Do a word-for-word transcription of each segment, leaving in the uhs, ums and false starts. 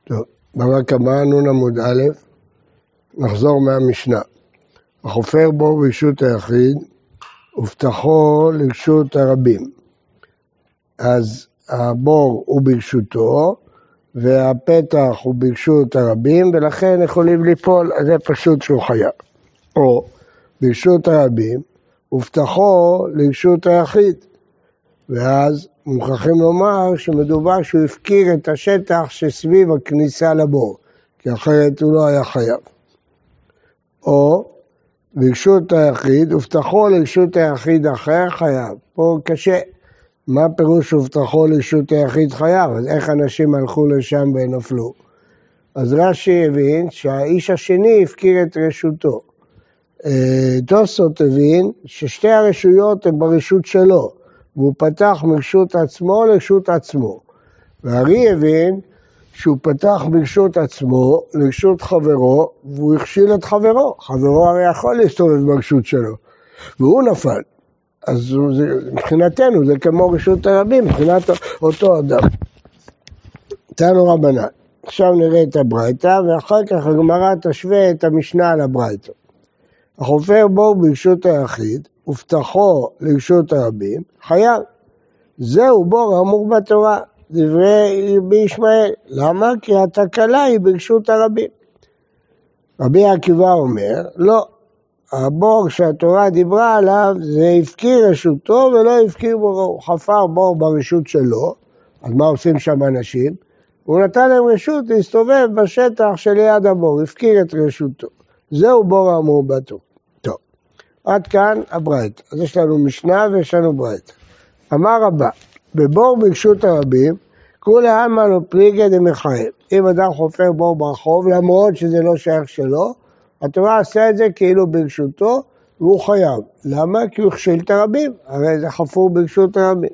טוב, בבא קמא נון עמוד א', נחזור מהמשנה. החופר בור ברשות היחיד, ופתחו לרשות הרבים. אז הבור הוא ברשותו, והפתח הוא ברשות הרבים, ולכן יכולים ליפול, אז זה פשוט שהוא חייב. או ברשות הרבים, ופתחו לרשות היחיד. ואז מוכרחים לומר שמדובר שהוא הפקיר את השטח שסביב הכניסה לבור, כי אחרת הוא לא היה חייב. או ברשות היחיד, ופתחו לרשות היחיד אחר חייב. פה קשה. מה פירוש ופתחו לרשות היחיד חייב? אז איך אנשים הלכו לשם ונפלו? אז רש"י הבין שהאיש השני הפקיר את רשותו. תוספות הבין ששתי הרשויות הן ברשות שלו, והוא פתח מרשות עצמו לרשות עצמו. והארי הבין שהוא פתח מרשות עצמו לרשות חברו, והוא הכשיל את חברו. חברו הרי יכול להסתובב ברשות שלו, והוא נפל. אז זה, מבחינתנו זה כמו רשות הרבים, מבחינת אותו אדם. תנו רבנן. עכשיו נראה את הברייתא, ואחר כך הגמרא תשווה את המשנה לברייתא. החופר בור ברשות היחיד, ופתחו לרשות הרבים, חייב. זהו בור האמור בתורה, דברי רבי ישמעאל. למה? כי התקלה היא ברשות הרבים. רבי עקיבא אומר, לא. הבור שהתורה דיברה עליו, זה הפקיר רשותו ולא הפקיר בורו. הוא חפר בור ברשות שלו, אז מה עושים שם אנשים? הוא נתן להם רשות להסתובב בשטח שליד הבור, הפקיר את רשותו. זהו בור האמור בתורה. טוב, עד כאן הברייתא. אז יש לנו משנה ויש לנו ברייתא. אמר רבא, בבור ברשות הרבים, כולי עלמא לא פליגי דמחייב. אם אדם חופר בור ברחוב, למרות שזה לא שייך שלו, התורה עושה את זה כאילו ברשותו, והוא חייב. למה? כי הוא הכשיל את הרבים. הרי זה חפור ברשות הרבים.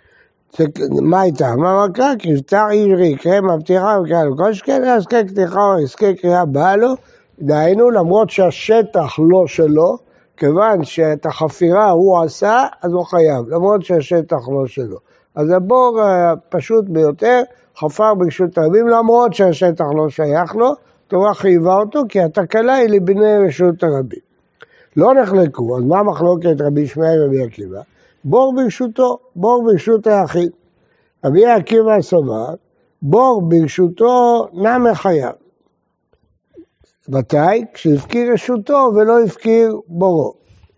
מה הייתה? מה מקרה? כי שטר עברי, קרא מבטיחה וקרא לו. כל שכן עסקי קטיחה או עסקי קריאה באה לו, דהיינו, למרות שהשטח לא שלו, כיוון שאת החפירה הוא עשה, אז הוא חייב. למרות שהשטח לא שלו. אז הבור פשוט ביותר, חפר ברשות הרבים, למרות שהשטח לא שייך לו, התורה חייבה אותו, כי התקלה היא לבני רשות הרבים. לא נחלקו, אז מה מחלוקת רבי ישמעאל ורבי עקיבא? בור ברשותו, בור ברשות היחיד. רבי עקיבא סובר, בור ברשותו נמי חייב. מתי? כשהפקיר רשותו ולא הפקיר בורו.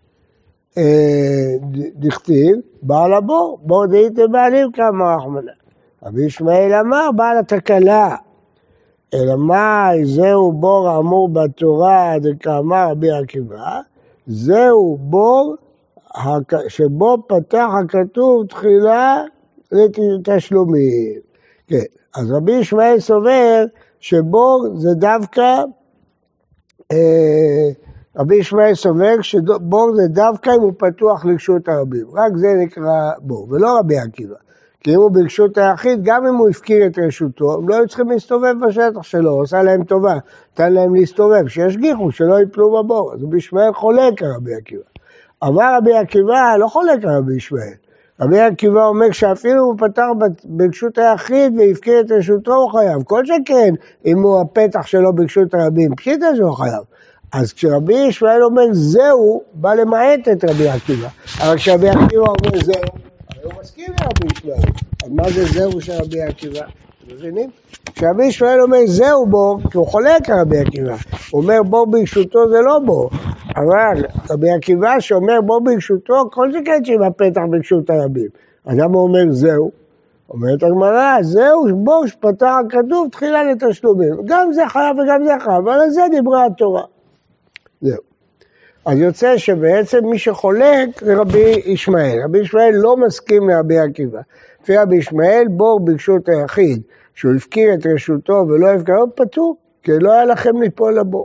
דכתיב, בעל הבור, בור דהייתם בעלים כמה רחמנא. רבי ישמעאל אמר, בעל התקלה. אלא מה, זהו בור האמור בתורה, דקאמר רבי עקיבא, זהו בור שבו פתח הכתוב תחילה לתשלומים. כן, אז רבי ישמעאל סובר שבור זה דווקא, אה, רבי ישמעאל סובר שבור זה דווקא אם הוא פתוח לרשות הרבים, רק זה נקרא בור, ולא רבי עקיבא. כי אם הוא ברשות היחיד, גם אם הוא הפקיר את רשותו, הם לא היו צריכים להסתובב בשטח שלו, הוא עושה להם טובה, נתן להם להסתובב, שישגיחו, שלא ייפלו בבור. אז רבי ישמעאל חולק על רבי עקיבא. אבל רבי עקיבא לא חולק על רבי ישמעאל. רבי עקיבא אומר שאפילו הוא פתח ברשות היחיד והפקיר את רשותו, הוא חייב. כל שכן, אם הוא הפתח שלו ברשות הרבים, פשיטה שהוא חייב. אז כשרבי ישמעאל אומר זהו, בא למעט את רבי עקיבא. אבל כשרבי עקיבא אומר זהו, הוא מסכים לרבי ישמעאל. אז מה זה זהו של רבי עקיבא? מבינים? כשרבי ישמעאל אומר זהו בור, כי הוא חולק על רבי עקיבא. הוא אומר בור ברשותו זה לא בור. אבל רבי עקיבא שאומר בור ברשותו, כל זה כן שעם הפתח ברשות הרבים. אז למה הוא אומר זהו? אומרת הגמרא, זהו בור שפתח הכתוב תחילה לתשלומים. גם זה חייב וגם זה חייב, אבל על זה דיברה התורה. זהו. אז יוצא שבעצם מי שחולק זה רבי ישמעאל. רבי ישמעאל לא מסכים לרבי עקיבא. לפי רבי ישמעאל בור ברשות היחיד, שהוא הפקיר את רשותו ולא הפקיר, פטור, כי לא היה לכם ליפול לבור.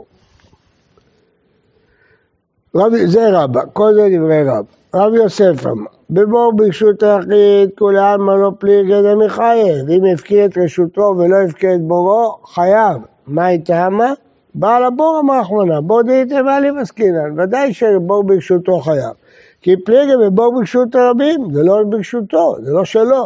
רבי, זה רבא, כל זה דברי רבא. רבי יוסף אמר, בבור ברשות היחיד, כולי עלמא לא פליגי דמחייב. אם הפקיר את רשותו ולא הפקיר את בורו, חייב. מה הייתה מה? בעל הבור אמר אחרונה, בור דהייתם בעלים עסקינן, ודאי שבור ברשותו חייב. כי פליגי בבור ברשות הרבים, זה לא ברשותו, זה לא שלו.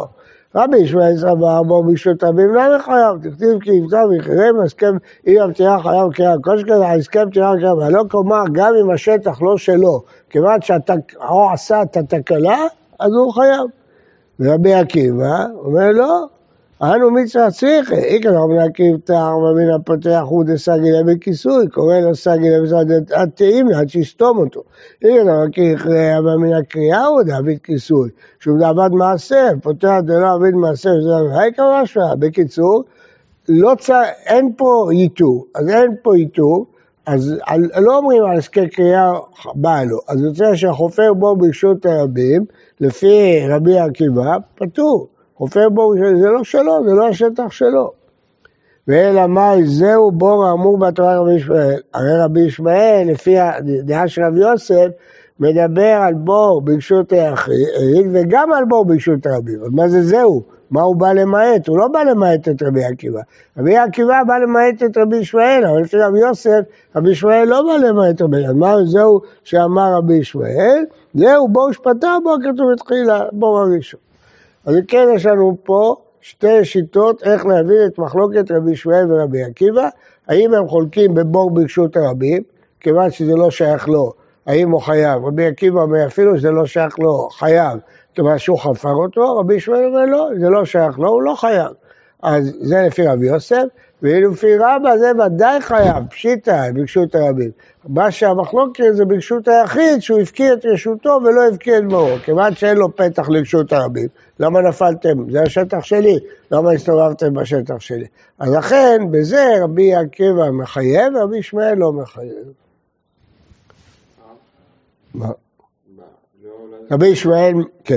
רבי ישמעאל סבר בור ברשות רבים לא מחייב, תכתיב כי יפתח ויחרם, הסכם אם הפטירה חייב קריאה, כל שכן הסכם פטירה קריאה, ולא כלומר גם אם השטח לא שלו, כיוון שהוא עשה את התקלה, אז הוא חייב. ורבי עקיבא אומר לא, אנו מצווה צריכה, איקר רבי עקיבא תאר ומן הפותח הוא דסגי לבי כיסוי, קורא לו סגי לבי עד תאים עד שיסתום אותו. איקר רבי עקיבא ומן הקריאה הוא דאביד כיסוי, שהוא דאבד מעשר, פותח דלא אביד מעשר, וזה העיקר משמע. בקיצור, לא צ... אין פה ייתור, אז אין פה ייתור, אז לא אומרים על עסקי קריאה בא לו, אז יוצא שהחופר בו ברשות הרבים, לפי רבי עקיבא, פטור. חופר בור, זה לא שלו, זה לא השטח שלו. ואלא מאי, זהו בור האמור בתורה רבי ישמעאל. הרי רבי ישמעאל, לפי הדעה של רבי יוסף, מדבר על בור ברשות היחיד, וגם על בור ברשות הרבים. אז מה זה זהו? מה הוא בא למעט? הוא לא בא למעט את רבי עקיבא. רבי עקיבא בא למעט את רבי ישמעאל, אבל לפי רבי יוסף, רבי ישמעאל לא בא למעט את רבי. אז מה זהו שאמר רבי ישמעאל? זהו בור שפטר בו, כתוב התחילה, בור הראשון. אז כן, יש לנו פה שתי שיטות איך להבין את מחלוקת רבי ישמעאל ורבי עקיבא. האם הם חולקים בבור ברשות הרבים, כיוון שזה לא שייך לו, האם הוא חייב? רבי עקיבא אומר אפילו שזה לא שייך לו, חייב, כיוון שהוא חפר אותו, רבי ישמעאל אומר לא, זה לא שייך לו, הוא לא חייב. אז זה לפי רבי יוסף, ולפי רבא זה ודאי חייב, פשיטה, ברשות הרבים. מה שהמחלוקת זה ברשות היחיד, שהוא הפקיע את רשותו ולא הפקיע את בורו, כיוון שאין לו פתח לרשות הרבים. למה נפלתם? זה השטח שלי, למה הסתובבתם בשטח שלי? אז לכן, בזה רבי עקיבא מחייב, רבי ישמעאל לא מחייב. מה? רבי ישמעאל, כן.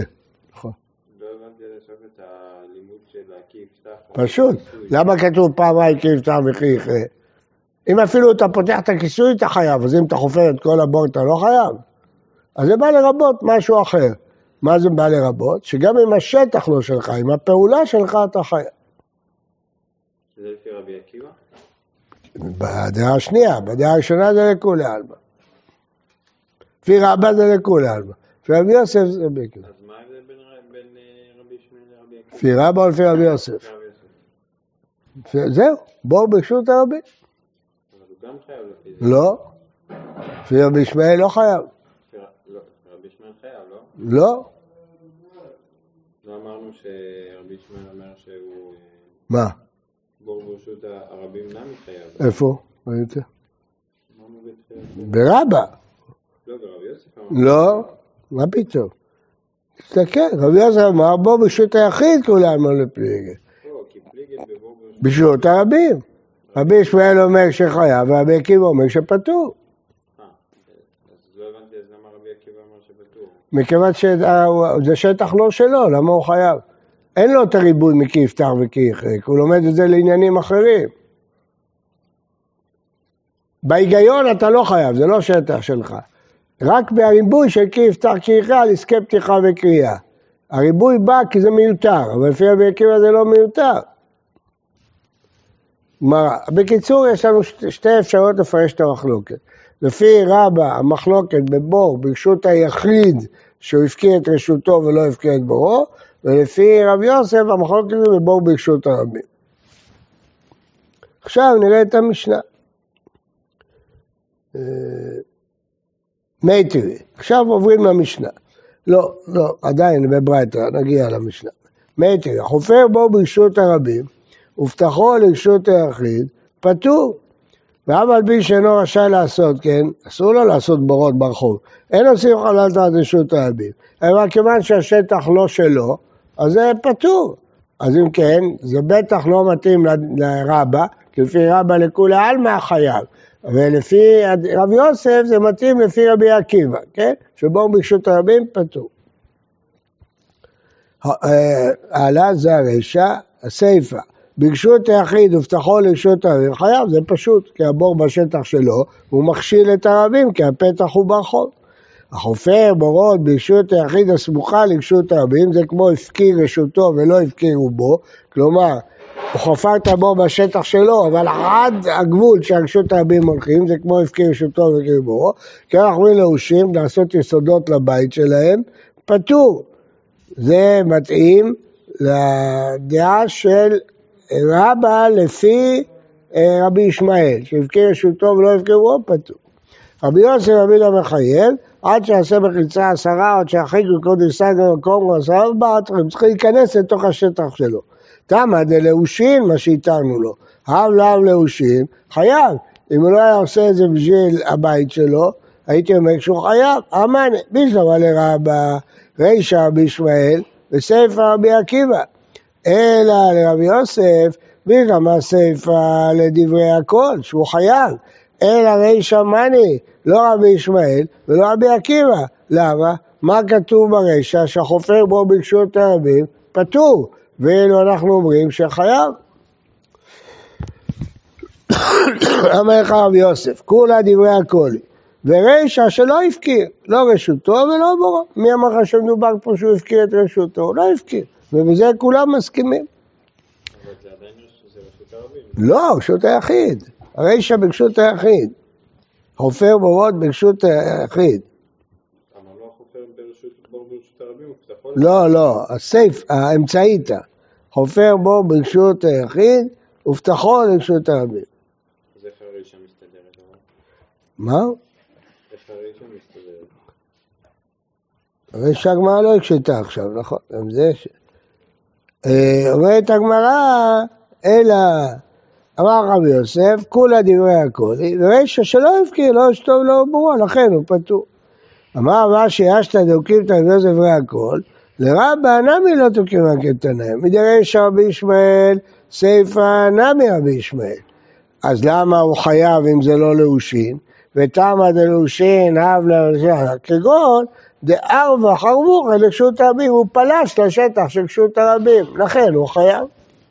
פשוט, למה כתוב פעמיים כי יפתח וכי יכרה? אם אפילו אתה פותח את הכיסוי אתה חייב, אז אם אתה חופר את כל הבור אתה לא חייב. אז זה בא לרבות משהו אחר. מה זה בא לרבות? שגם אם השטח לא שלך, אם הפעולה שלך אתה חייב. זה לפי רבי עקיבא? בדעה השנייה, בדעה הראשונה זה לכולי עלמא. לפי רבא זה לכולי עלמא. לפי רבי יוסף זה רבי עקיבא. אז מה זה בין רבי ישמעאל לרבי עקיבא? לפי רבא או לפי רבי יוסף? זהו, בור ברשות הרבים. אבל הוא גם חייב לפי זה. לא. לפי רבי ישמעאל לא חייב. רבי ישמעאל חייב, לא? לא. לא אמרנו שרבי ישמעאל אומר שהוא... מה? בור ברשות הרבים נמי חייב. איפה? ראית? אמרנו בתחילת. ברבא. לא, ברבי יוסף אמרנו. לא. מה פתאום? תסתכל, רבי יוסף אמר בור ברשות היחיד כולי עלמא לפליגי. ברשות הרבים. רבי ישמעאל אומר שחייב, ורבי עקיבא אומר שפטור. אה, אז לא הבנתי, אז למה רבי עקיבא אומר שפטור? מכיוון שזה שטח לא שלו, למה הוא חייב? אין לו את הריבוי מכי יפתח וכי יחרק, הוא לומד את זה לעניינים אחרים. בהיגיון אתה לא חייב, זה לא שטח שלך. רק בהריבוי של כי יפתח כי יחרק, על עסקי פתיחה וקריאה. הריבוי בא כי זה מיותר, אבל לפי רבי עקיבא זה לא מיותר. בקיצור, יש לנו שתי אפשרויות לפרש את המחלוקת. לפי רבא, המחלוקת בבור, ברשות היחיד, שהוא הפקיע את רשותו ולא הפקיע את בורו, ולפי רב יוסף, המחלוקת זה בבור ברשות הרבים. עכשיו נראה את המשנה. מי תראי, עכשיו עוברים למשנה. לא, לא, עדיין בברייתא, נגיע למשנה. מי תראי, חופר בור ברשות הרבים, ופתחו לרשות היחיד, פטור. ואף על פי שאינו רשאי לעשות, כן, אסור לו לעשות בורות ברחוב. אין עושים חללת עד רשות הרבים. אבל כיוון שהשטח לא שלו, אז זה פטור. אז אם כן, זה בטח לא מתאים לרבא, כי לפי רבא לכולי עלמא חייב. ולפי רב יוסף זה מתאים לפי רבי עקיבא, כן? שבור ברשות הרבים פטור. הלאה זה הרשע, הסיפא. ברשות היחיד ופתחו לרשות הרבים, חייב, זה פשוט, כי הבור בשטח שלו, הוא מכשיל את הרבים, כי הפתח הוא ברחוב. החופר בורות ברשות היחיד הסמוכה לרשות הרבים, זה כמו הפקיר רשותו ולא הפקירו בו, כלומר, הוא חופר את הבור בשטח שלו, אבל עד הגבול שהרשות הרבים הולכים, זה כמו הפקיר רשותו והפקיר בו, כי אנחנו אומרים להושים לעשות יסודות לבית שלהם, פטור. זה מתאים לדעה של רבא לפי רבי ישמעאל, שהבקיר רשותו ולא הבקירו פטור. רבי יוסף רבי לה מחייב, עד שיעשה בחיצה עשרה, עד שיחריג וקודם סייג במקום ועשרה ארבעה, הם צריכים להיכנס לתוך השטח שלו. תמה דלאושין, מה שהתארנו לו. האב לאב לאושין, חייב. אם הוא לא היה עושה את זה בשביל הבית שלו, הייתי אומר שהוא חייב. אמן, בישלמה לרבא, רישא רבי ישמעאל, וספר רבי עקיבא. אלא לרבי יוסף, בישלמה ספר לדברי הכל, שהוא חייב. אלא רישא מני, לא רבי ישמעאל ולא רבי עקיבא. למה? מה כתוב ברישא? שהחופר בו ברשות הרבים פטור, ואילו אנחנו אומרים שחייב. אמר לך רבי יוסף, כולה דברי הכל, ורישא שלא הפקיר, לא רשותו ולא בורו. מי אמר לך שמדובר פה שהוא הפקיר את רשותו? לא הפקיר, ובזה כולם מסכימים. אבל זה עדיין רשות הרבים. לא, רשות היחיד. הרישא ברשות היחיד. חופר בורות ברשות היחיד. אבל לא החופר ברשות הרבים, הוא פתחון? לא, לא, הסייף, האמצעית. חופר בו ברשות היחיד, ופתחו לרשות הרבים. אז איך הרישא מסתדרת? מה? איך הרישא מסתדרת? הרישא הגמרא לא הקשתה עכשיו, נכון? גם זה ש... אומרת הגמרא, אלא... אמר רבי יוסף, כולה דברי הכל, ורישא שלא הפקיר, לא שטוב לא בורו, לכן הוא פטור. אמר מה שישת דוקים את רבי יוסף דברי הכל, לרבא נמי לא תוקים הקטנאים, מדרישא רבי ישמעאל, סייפא נמי רבי ישמעאל. אז למה הוא חייב אם זה לא לאושין? ותמה דלאושין, אב לאושין, כגון, דארבע חרבוך לרשות הרבים, הוא פלש לשטח של רשות הרבים, לכן הוא חייב.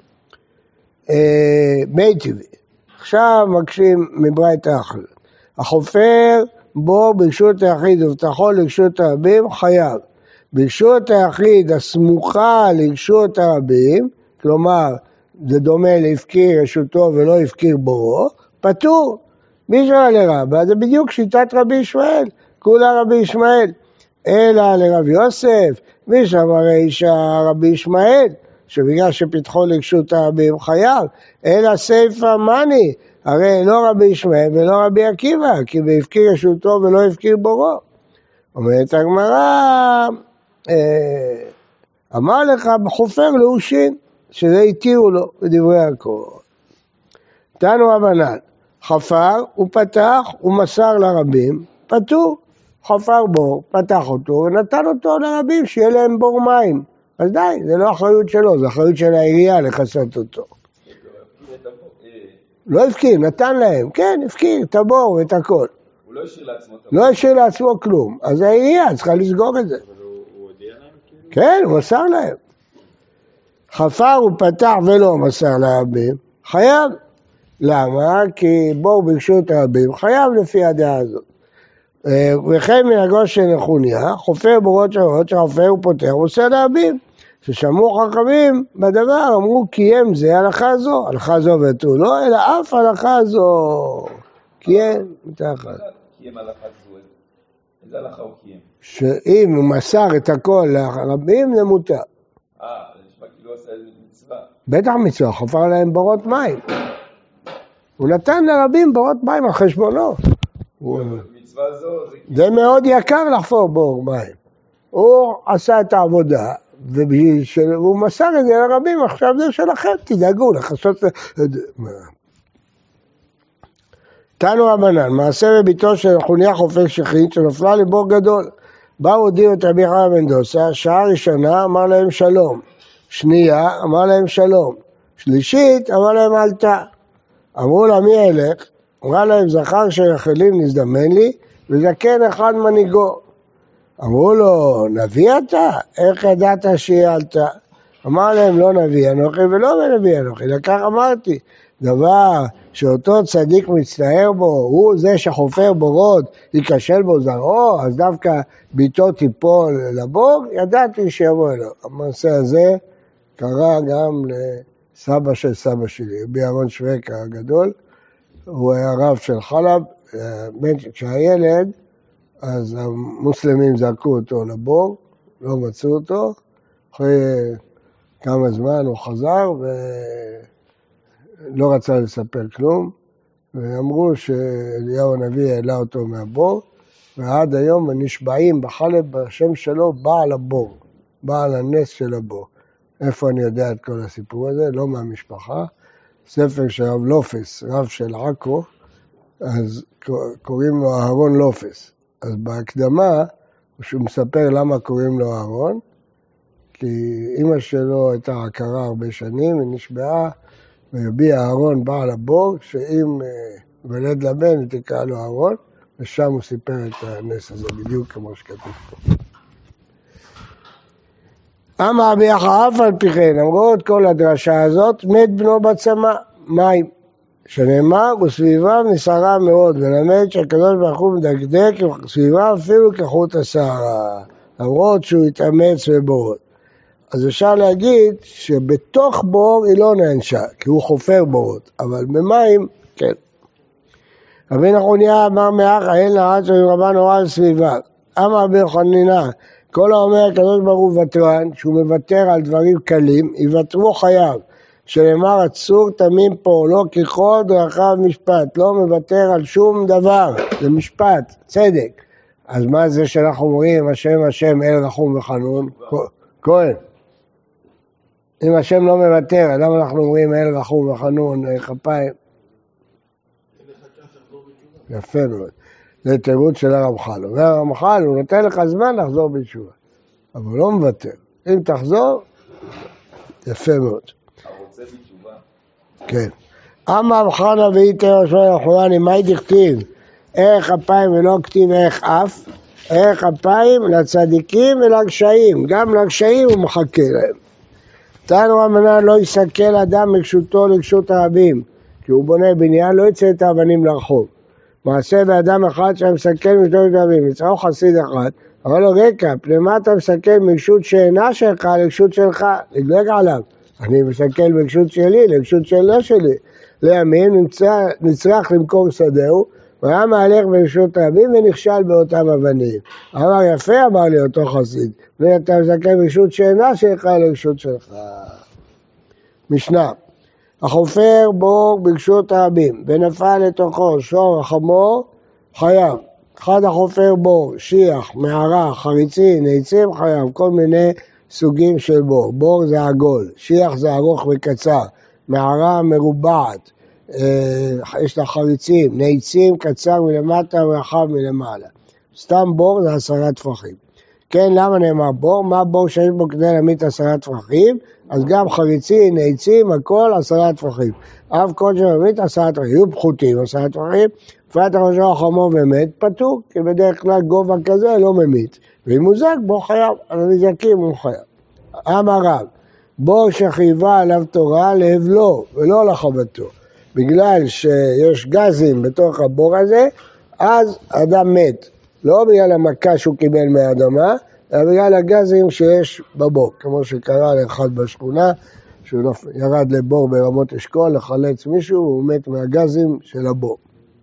מי טבעי. עכשיו מקשים מברייתא אחרת. החופר בו ברשות היחיד ובטחו לרשות הרבים חייב. ברשות היחיד הסמוכה לרשות הרבים, כלומר זה דומה להפקיר רשותו ולא הפקיר בורו, פטור. בישלמה לרבא זה בדיוק שיטת רבי ישמעאל, כולה רבי ישמעאל. אלא לרבי יוסף, בישלמה רישא רבי ישמעאל, שבגלל שפתחו לרשות הרבים חייב, אלא סייפא מני, הרי לא רבי ישמעאל ולא רבי עקיבא, כי בהפקיר רשותו ולא הפקיר בורו. אומרת הגמרא, אמר לך בחופר לאושין, שזה התירו לו בדברי הכל. תנו רבנן, חפר ופתח ומסר לרבים, פטור. חפר בור, פתח אותו ונתן אותו לרבים שיהיה להם בור מים. אז די, זה לא אחריות שלו, זה אחריות של העירייה לחסות אותו. לא הפקיר, נתן להם, כן, הפקיר, את הבור ואת הכל. הוא לא השאיר לעצמו את הבור. לא השאיר לעצמו כלום, אז העירייה צריכה לסגור את זה. אבל הוא הודיע להם כאילו? כן, הוא מסר להם. חפר ופתח ולא מסר לרבים, חייב. למה? כי בור ברשות הרבים חייב לפי הדעה הזאת. וכן מנהגו של נחוניה, חופר בורות שונות, שחופר ופותח, הוא עושה לרבים. ששמעו חכמים בדבר, אמרו קיים זה הלכה זו, הלכה זו ותו לא, אלא אף הלכה זו. קיים, מתחת. קיים הלכה זו, איזה הלכה הוא קיים? שאם הוא מסר את הכל לרבים, זה מותר. אה, זה נשמע כאילו עושה איזה מצווה. בטח מצווה, חופר להם בורות מים. הוא נתן לרבים בורות מים על חשבונו. מצווה זו, זה מאוד יקר לחפור בור מים. הוא עשה את העבודה, והוא מסר את זה לרבים, עכשיו זה שלכם, תדאגו לחסות... תנו רבנן, מעשה בביתו של נחוניה חופר שכין, שנפלה לבור גדול. באו הודיעו את רבי חנניה בן דוסא, שעה ראשונה אמר להם שלום, שנייה אמר להם שלום, שלישית אמר להם עלתה. אמרו לה מי הלך? אמרה להם זכר שרחלים נזדמן לי, וזקן אחד מנהיגו. אמרו לו, נביא אתה? איך ידעת שהיא עלתה? אמר להם, לא נביא אנוכי ולא נביא אנוכי, לכך אמרתי, דבר שאותו צדיק מצטער בו, הוא זה שחופר בורות, ייכשל בו זרעו, אז דווקא ביתו תיפול לבור, ידעתי שיבוא אליו. המעשה הזה קרה גם לסבא של סבא שלי, רבי אהרון שווקה הגדול, הוא היה רב של חלב, כשהיה ילד, אז המוסלמים זרקו אותו לבור, לא מצאו אותו, אחרי כמה זמן הוא חזר ולא רצה לספר כלום, ואמרו שאליהו הנביא העלה אותו מהבור, ועד היום נשבעים בחלב בשם שלו בעל הבור, בעל הנס של הבור. איפה אני יודע את כל הסיפור הזה? לא מהמשפחה. ספר של רב לופס, רב של עכו, אז קוראים לו אהרון לופס. אז בהקדמה, הוא מספר למה קוראים לו אהרון, כי אמא שלו הייתה עקרה הרבה שנים, היא נשבעה, ויביא אהרון בעל הבור, שאם ולד לבן היא תקרא לו אהרון, ושם הוא סיפר את הנס הזה, בדיוק כמו שכתוב פה. אמר רבי יחיא אף על פי כן, למרות כל הדרשה הזאת, מת בנו בצמא, מים, שנאמר, וסביבם נסערה מאוד, ולמד שהקדוש ברוך הוא מדקדק סביבם אפילו כחוט השערה, למרות שהוא התאמץ בבורות. אז אפשר להגיד שבתוך בור היא לא נענשה, כי הוא חופר בורות, אבל במים, כן. רבי נחוניה אמר מאחה, אין נעץ ורבן נורא על סביבה. אמר רבי חנינא, כל האומר הקדוש ברוך הוא ותרן, שהוא מוותר על דברים קלים, יוותרו חייו, שנאמר אסור תמים פה, לא ככל דרכיו משפט, לא מוותר על שום דבר, זה משפט, צדק. אז מה זה שאנחנו אומרים, השם השם אל רחום וחנון? כהן. אם השם לא מוותר, למה אנחנו אומרים אל רחום וחנון, כפיים? יפה מאוד. זה תירוץ של הרמח"ל. אומר הרמח"ל, הוא נותן לך זמן לחזור בתשובה. אבל הוא לא מוותר. אם תחזור, יפה מאוד. הרוצה בתשובה. כן. אמר חנה ואיתר שואל החורני, מה דכתיב? איך אפיים ולא כתיב איך אף? איך אפיים לצדיקים ולקשיים. גם לקשיים הוא מחכה להם. תנו רבנן לא יסכל אדם מקשותו לקשות הרבים. כי הוא בונה בניין, לא יצא את האבנים לרחוב. מעשה באדם אחד שהיה מסכל משתות רבים, יצאו חסיד אחד, אבל לו רקע, פנימה אתה מסכל מקשות שאינה שלך לקשות שלך, לגלג עליו. אני מסכל מקשות שלי, לקשות שאינה שלי. לימים נצטרך למכור שדהו, והיה מהלך במקשות רבים ונכשל באותם אבנים. אמר יפה, אמר לי אותו חסיד, ואתה מסכל מקשות שאינה שלך לקשות שלך. משנה. החופר בור בקשות רבים, ונפל לתוכו שור החמור, חייב. אחד החופר בור, שיח, מערה, חריצי, ניצים, חייב, כל מיני סוגים של בור. בור זה עגול, שיח זה ארוך וקצר, מערה מרובעת, יש לה חריצים, ניצים, קצר מלמטה ורחב מלמעלה. סתם בור זה עשרה טפחים. כן, למה נאמר בור? מה בור שיש בו כדי להעמיד עשרה טפחים? אז גם חריצים, ניצים, הכל עשרה טפחים. אף כל שמעמיד עשרה טפחים, יהיו פחותים עשרה טפחים, פרט הראשו החמור ומת, פטור, כי בדרך כלל גובה כזה לא ממית. ואם הוא זק, בו חייב, על הנזקים הוא חייב. אמר רב, בור שחייבה עליו תורה להבלו ולא לחבטו. בגלל שיש גזים בתוך הבור הזה, אז אדם מת. לא בגלל המכה שהוא קיבל מהאדמה, אלא בגלל הגזים שיש בבור. כמו שקרה לאחד בשכונה, שהוא ירד לבור ברמות אשכול, לחלץ מישהו, הוא מת מהגזים של הבור.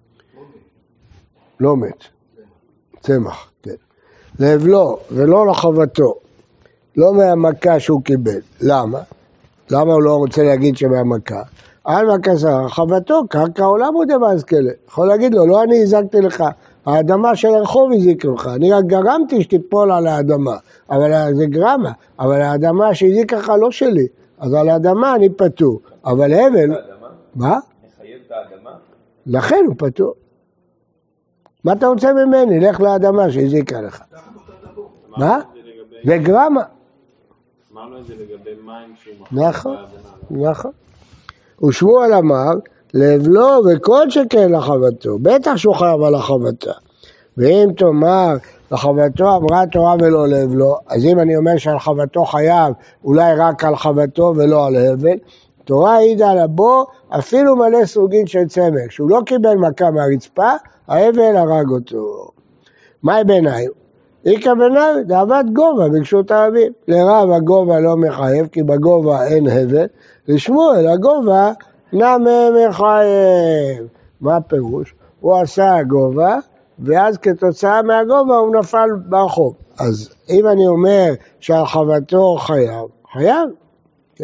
לא מת. צמח, כן. להבלו ולא לחבטו. לא מהמכה שהוא קיבל. למה? למה הוא לא רוצה להגיד שמהמכה? על מכה שרה, חבטו, קרקע עולם הוא דבאז כאלה. יכול להגיד לו, לא אני הזקתי לך. האדמה של הרחוב הזיק לך, אני רק גרמתי שתיפול על האדמה, אבל זה גרמה, אבל האדמה שהזיק לך לא שלי, אז על האדמה אני פטור, אבל הבל... מה? מחייב את האדמה? לכן הוא פטור. מה אתה רוצה ממני? לך לאדמה שהזיקה לך. מה? זה גרמה. אמרנו את זה לגבי מים שהוא מחייב נכון, נכון. ושמואל אמר, להבלו וכל שכן לחבטו, בטח שהוא חייב על החבטה. ואם תאמר לחבטו אמרה תורה ולא להבלו, אז אם אני אומר שעל חבטו חייב, אולי רק על חבטו ולא על הבל, תורה העידה על הבור אפילו מלא סוגים של צמק, שהוא לא קיבל מכה מהרצפה, ההבל הרג אותו. מהי ביניים? איקה ביניים, דאבת גובה בקשות הרבים. לרב הגובה לא מחייב, כי בגובה אין הבל, לשמואל הגובה נמה מחייב. מה הפירוש? הוא עשה גובה, ואז כתוצאה מהגובה הוא נפל ברחוב. אז אם אני אומר שעל חבטו חייב, חייב.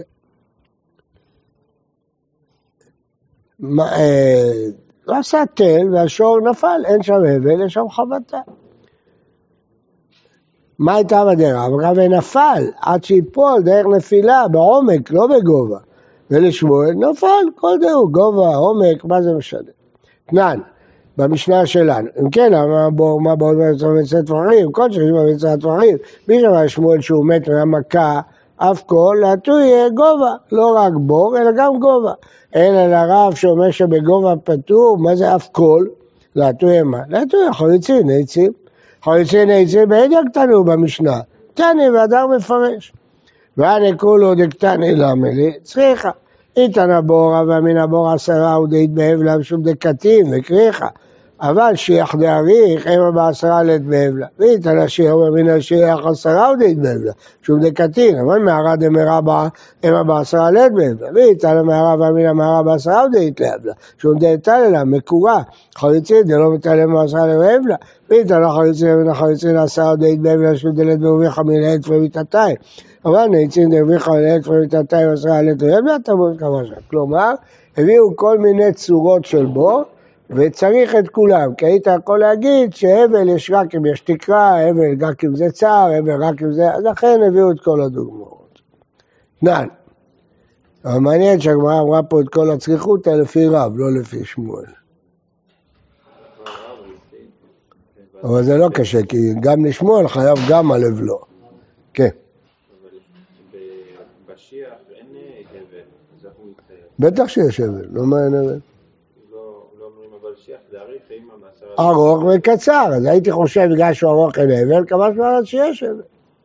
לא עשה תל והשור נפל, אין שם הבל, יש שם חבטה. מה הייתה בדרך? רב נפל עד שיפול דרך נפילה בעומק, לא בגובה. ולשמואל נפל כל דרך, גובה, עומק, מה זה משנה? תנן, במשנה שלנו. אם כן, מה בור, מה בור במצא תפרים? כל שחשים במצא תפרים. מי שמע שמואל שהוא מת מהמכה, אף כל, להטוי יהיה גובה. לא רק בור, אלא גם גובה. אלא לרב שאומר שבגובה פטור, מה זה אף כל? להטוי מה? להטוי חריצים, נעצים. חריצים נעצים בעדיה קטנו במשנה. קטני והדר מפרש. ואני כולו דקטני למלי, צריכה. איתן הבורה ואמין הבורה עשרה ודאית בהבלה ושום דקתים וקריחה. אבל שיח דאריך, אמה בעשרה לית בהבלה. ואיתן השיר ואמין השיח עשרה ודאית בהבלה, שום דקתים. אבל מערה דמרה בה, אמה בעשרה לית בהבלה. ואיתן המערה ואמין המערה בעשרה ודאית להבלה, שום דאיתן אלה, מקורה. חריצים דלא מתעלם בעשרה להבלה. ואיתן החריצים ואמין החריצים עשרה ודאית בהבלה, שום דלת בהוביך מלעת ומיתתיים. אבל נעצים דרוויחה מלעת ומיתתיים עשרה לית בהבלה, תמוד כמה שם. כלומר, הביאו כל מיני צורות של בור, וצריך את כולם, כי היית יכול להגיד שהבל יש רק אם יש תקרה, הבל רק אם זה צער, הבל רק אם זה... אז לכן הביאו את כל הדוגמאות. נען. אבל מעניין שהגמרא אמרה פה את כל הצריכות לפי רב, לא לפי שמואל. אבל זה לא קשה, כי גם לשמואל חייב גם הלב לא. כן. אבל בשיח אין הבל, אז אנחנו מתחייב. בטח שיש הבל, לא מעניין הבל. ארוך וקצר, אז הייתי חושב בגלל שהוא ארוך אין הבל, כמה שמעת שיש הבל.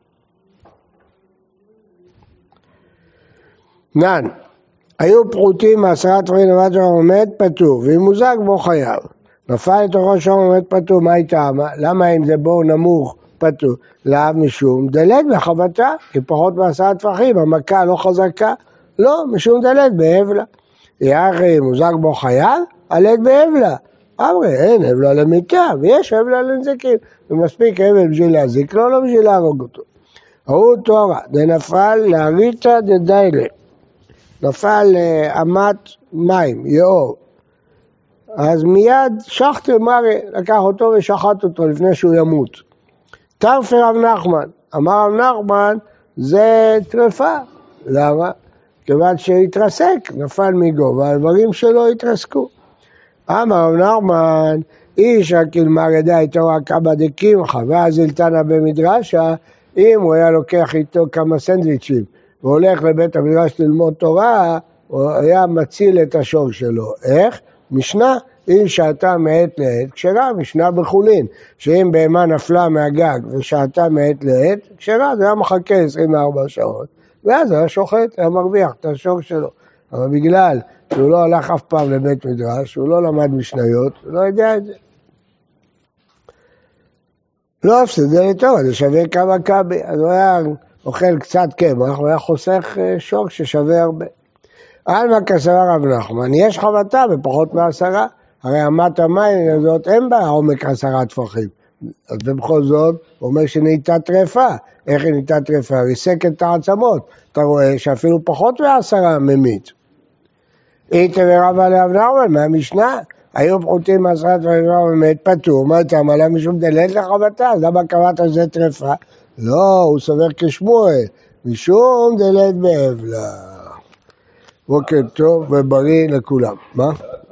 נען, היו פרוטים מעשרה תפרים נבט שום עומד פטור, ואם מוזג בו חייב. נפל לתוכו שום עומד פטור, מה הייתה? למה אם זה בור נמוך פטור? לאו משום דלת בחבטה, כי פחות מעשרה טפחים, המכה לא חזקה, לא, משום דלת בהבלה. יחי מוזג בו חייב, עלת בהבלה. אמרי, אין הבלה למיתה, ויש הבלה לנזקים. ומספיק הבל בשביל להזיק לו, לא בשביל להרוג אותו. הוא תורה, דנפל להריטה דדיילה. נפל לאמת מים, יאור. אז מיד שחטר מרי, לקח אותו ושחט אותו לפני שהוא ימות. תרפי רב נחמן. אמר רב נחמן, זה טרפה. למה? כיוון שהתרסק, נפל מגובה, הדברים שלו התרסקו. אמר רב נחמן, איש הקילמה ידע איתו כמה דקמחה, ואז אלתנה במדרשה, אם הוא היה לוקח איתו כמה סנדוויצ'ים, והולך לבית המדרש ללמוד תורה, הוא היה מציל את השור שלו. איך? משנה, אם שעתה מעת לעת, כשרה, משנה בחולין, שאם בהמה נפלה מהגג ושעתה מעת לעת, כשרה, זה היה מחכה עשרים וארבע שעות, ואז היה שוחט, היה מרוויח את השור שלו. אבל בגלל שהוא לא הלך אף פעם לבית מדרש, הוא לא למד משניות, הוא לא יודע את זה. לא הפסדה לטוב, זה שווה כמה קבי, אז הוא היה אוכל קצת קמח, הוא היה חוסך שוק ששווה הרבה. על מה כסרה רב נחמן, יש חבטה בפחות מעשרה, הרי אמת המים הזאת אין בה עומק עשרה טפחים. אז בכל זאת, הוא אומר שנהייתה טרפה. איך היא נהייתה טרפה? ריסק את העצמות. אתה רואה שאפילו פחות מעשרה ממית. איתה ורבה לאב נחמן מהמשנה, היו פחותים מעשרה טפחים ומת פטור, מה אתה מעלה משום דלת לחבטה? אז למה קראת על זה טרפה? לא, הוא סובר כשמואל, משום דלת בהבלה. בוקר טוב ובריא לכולם. מה?